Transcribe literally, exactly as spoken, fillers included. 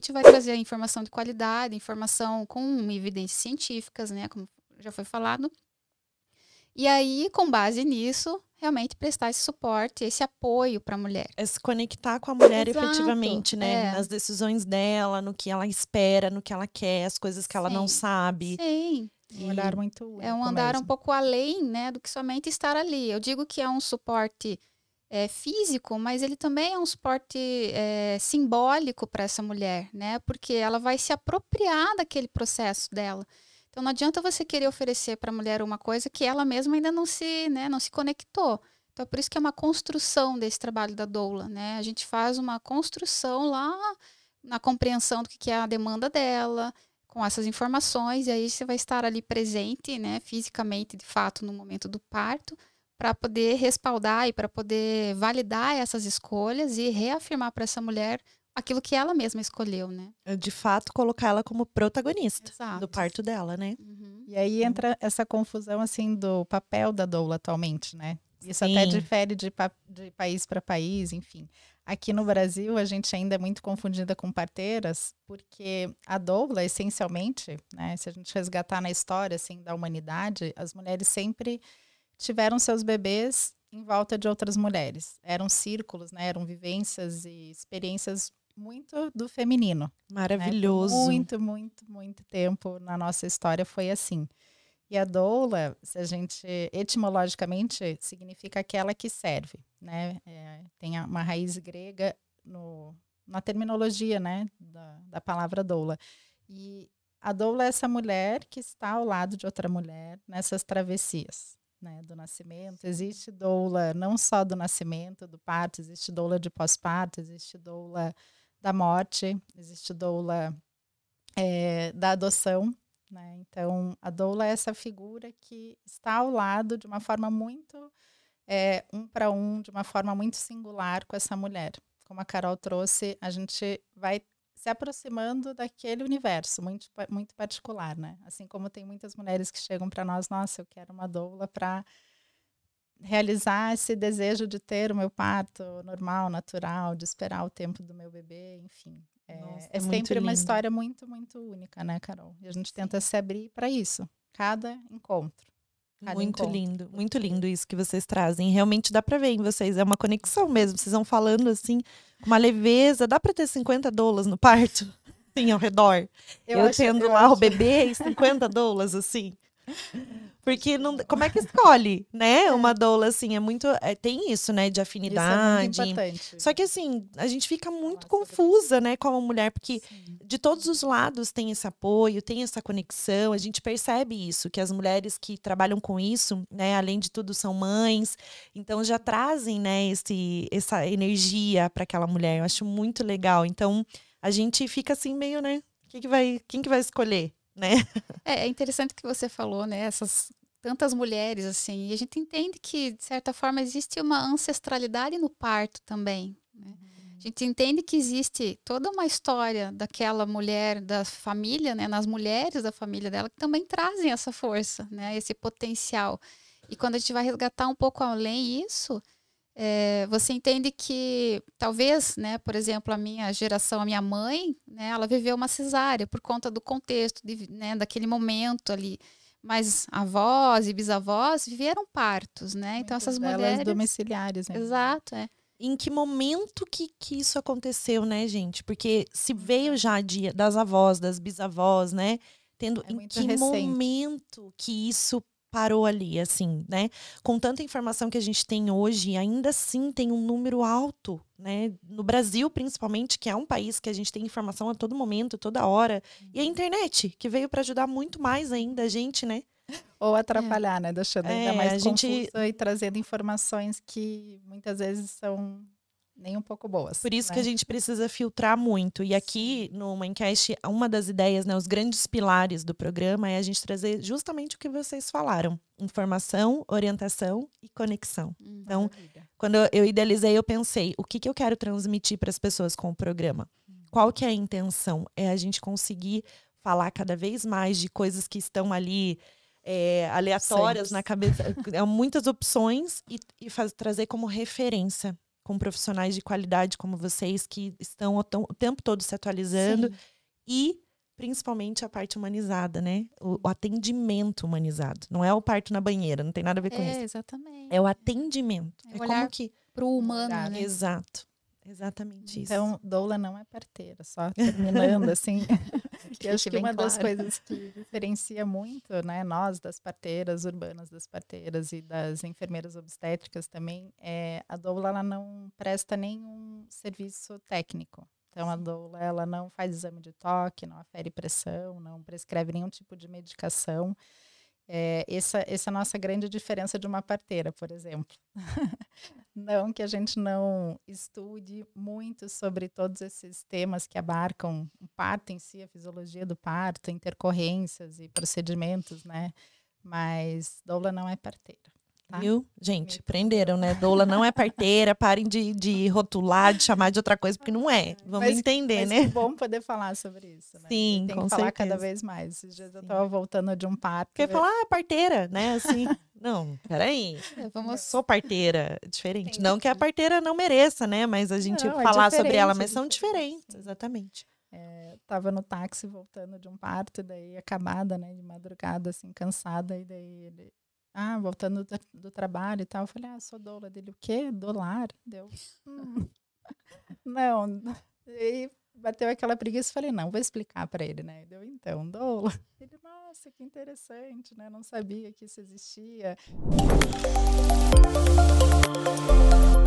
gente vai trazer a informação de qualidade, informação com evidências científicas, né, como já foi falado. E aí, com base nisso, realmente prestar esse suporte, esse apoio para a mulher. É se conectar com a mulher Exato, efetivamente, né? é. Nas decisões dela, no que ela espera, no que ela quer, as coisas que ela não Sim, sabe. Sim. Um olhar muito único É um andar mesmo. um pouco além, né, do que somente estar ali. Eu digo que é um suporte é, físico, mas ele também é um suporte é, simbólico para essa mulher, né? Porque ela vai se apropriar daquele processo dela. Então não adianta você querer oferecer para a mulher uma coisa que ela mesma ainda não se, né, não se conectou. Então por isso que é uma construção desse trabalho da doula, né? A gente faz uma construção lá na compreensão do que é a demanda dela, com essas informações, e aí você vai estar ali presente, né, fisicamente, de fato, no momento do parto, para poder respaldar e para poder validar essas escolhas e reafirmar para essa mulher aquilo que ela mesma escolheu, né? De fato, colocar ela como protagonista Exato. do parto dela, né? Uhum. E aí entra essa confusão, assim, do papel da doula atualmente, né? Isso Sim. até difere de, pa de país para país, enfim. Aqui no Brasil, a gente ainda é muito confundida com parteiras, porque a doula, essencialmente, né, se a gente resgatar na história assim, da humanidade, as mulheres sempre tiveram seus bebês em volta de outras mulheres. Eram círculos, né, eram vivências e experiências muito do feminino. Maravilhoso. Né? Por muito, muito, muito tempo na nossa história foi assim. E a doula, se a gente, etimologicamente, significa aquela que serve, né? É, tem uma raiz grega no, na terminologia, né, da, da palavra doula. E a doula é essa mulher que está ao lado de outra mulher nessas travessias, né, do nascimento. Existe doula não só do nascimento, do parto, existe doula de pós-parto, existe doula da morte, existe doula é, da adoção. Né? Então, a doula é essa figura que está ao lado de uma forma muito é, um para um, de uma forma muito singular com essa mulher. Como a Carol trouxe, a gente vai se aproximando daquele universo muito, muito particular, né? Assim como tem muitas mulheres que chegam para nós, nossa, eu quero uma doula para realizar esse desejo de ter o meu parto normal, natural, de esperar o tempo do meu bebê, enfim. É, Nossa, é é muito sempre uma lindo. história muito, muito única, né, Carol? E a gente tenta se abrir para isso, cada encontro. Cada Muito encontro, lindo, porque... muito lindo isso que vocês trazem. Realmente dá pra ver em vocês, é uma conexão mesmo. Vocês vão falando assim, com uma leveza. Dá pra ter cinquenta doulas no parto? Sim, ao redor. Eu, eu acho, tendo eu lá acho... o bebê e cinquenta doulas, assim. Porque não, como é que escolhe, né? É. Uma doula, assim, é muito... É, tem isso, né? De afinidade. Isso é muito importante. Só que, assim, a gente fica muito Falar confusa, né? Como mulher, porque Sim. de todos os lados tem esse apoio, tem essa conexão. A gente percebe isso, que as mulheres que trabalham com isso, né? Além de tudo, são mães. Então, já trazem, né? Esse, essa energia para aquela mulher. Eu acho muito legal. Então, a gente fica assim, meio, né? Quem que vai, quem que vai escolher? Né? É, é interessante que você falou, né? Essas tantas mulheres, assim, e a gente entende que, de certa forma, existe uma ancestralidade no parto também, né? Uhum. A gente entende que existe toda uma história daquela mulher, da família, né? Nas mulheres da família dela, que também trazem essa força, né? Esse potencial. E quando a gente vai resgatar um pouco além isso, é, você entende que talvez, né, por exemplo, a minha geração, a minha mãe, né, ela viveu uma cesárea por conta do contexto, de, né, daquele momento ali. Mas avós e bisavós viveram partos, né? Muitas então essas delas mulheres domiciliares, né? Exato, é. Em que momento que, que isso aconteceu, né, gente? Porque se veio já de, das avós, das bisavós, né? Tendo é em que recente. momento que isso parou ali, assim, né? Com tanta informação que a gente tem hoje, ainda assim tem um número alto, né? No Brasil, principalmente, que é um país que a gente tem informação a todo momento, toda hora. Uhum. E a internet, que veio para ajudar muito mais ainda a gente, né? Ou atrapalhar, é. né? Deixando é, ainda mais a confusa gente... e trazendo informações que muitas vezes são nem um pouco boas. Por isso né? que a gente precisa filtrar muito. E aqui Sim. no Mindcast, uma das ideias, né, os grandes pilares do programa é a gente trazer justamente o que vocês falaram. Informação, orientação e conexão. Hum, então, maravilha. Quando eu idealizei, eu pensei, o que, que eu quero transmitir para as pessoas com o programa? Hum. Qual que é a intenção? É a gente conseguir falar cada vez mais de coisas que estão ali é, aleatórias Sempre. na cabeça. Muitas opções e, e faz, trazer como referência. com profissionais de qualidade como vocês, que estão o, o tempo todo se atualizando. Sim. E, principalmente, a parte humanizada, né? O, o atendimento humanizado. Não é o parto na banheira, não tem nada a ver com é, isso. Exatamente. É o atendimento. É, é como que... pro humano, né? Exato. Exatamente isso. Então, doula não é parteira, só terminando, assim. que acho que uma claro. das coisas que diferencia muito, né, nós das parteiras urbanas, das parteiras e das enfermeiras obstétricas também, é a doula ela não presta nenhum serviço técnico. Então, a doula ela não faz exame de toque, não afere pressão, não prescreve nenhum tipo de medicação. É, essa, essa é a nossa grande diferença de uma parteira, por exemplo. Não que a gente não estude muito sobre todos esses temas que abarcam o parto em si, a fisiologia do parto, intercorrências e procedimentos, né? Mas doula não é parteira. Tá? Viu? Gente, aprenderam, né? Doula não é parteira, parem de, de rotular, de chamar de outra coisa, porque não é. Vamos mas, entender, mas né? É bom poder falar sobre isso, né? Sim, tem com que falar certeza. cada vez mais. Esses dias Sim. eu estava voltando de um parto. Porque falar, ah, parteira, né? Assim, não, peraí. É, vamos... Sou parteira, diferente. Tem não que a parteira não mereça, né? Mas a gente não, falar é sobre ela, mas é são diferente, diferentes, exatamente. É, tava no táxi voltando de um parto, e daí acabada, né? De madrugada, assim, cansada, e daí ele... Ah, voltando do, do trabalho e tal. Eu falei, ah, sou doula dele. O quê? Dolar? Deu. Hum. Não. E bateu aquela preguiça. Falei, não, vou explicar para ele, né? Deu, então, doula. Ele, nossa, que interessante, né? Não sabia que isso existia.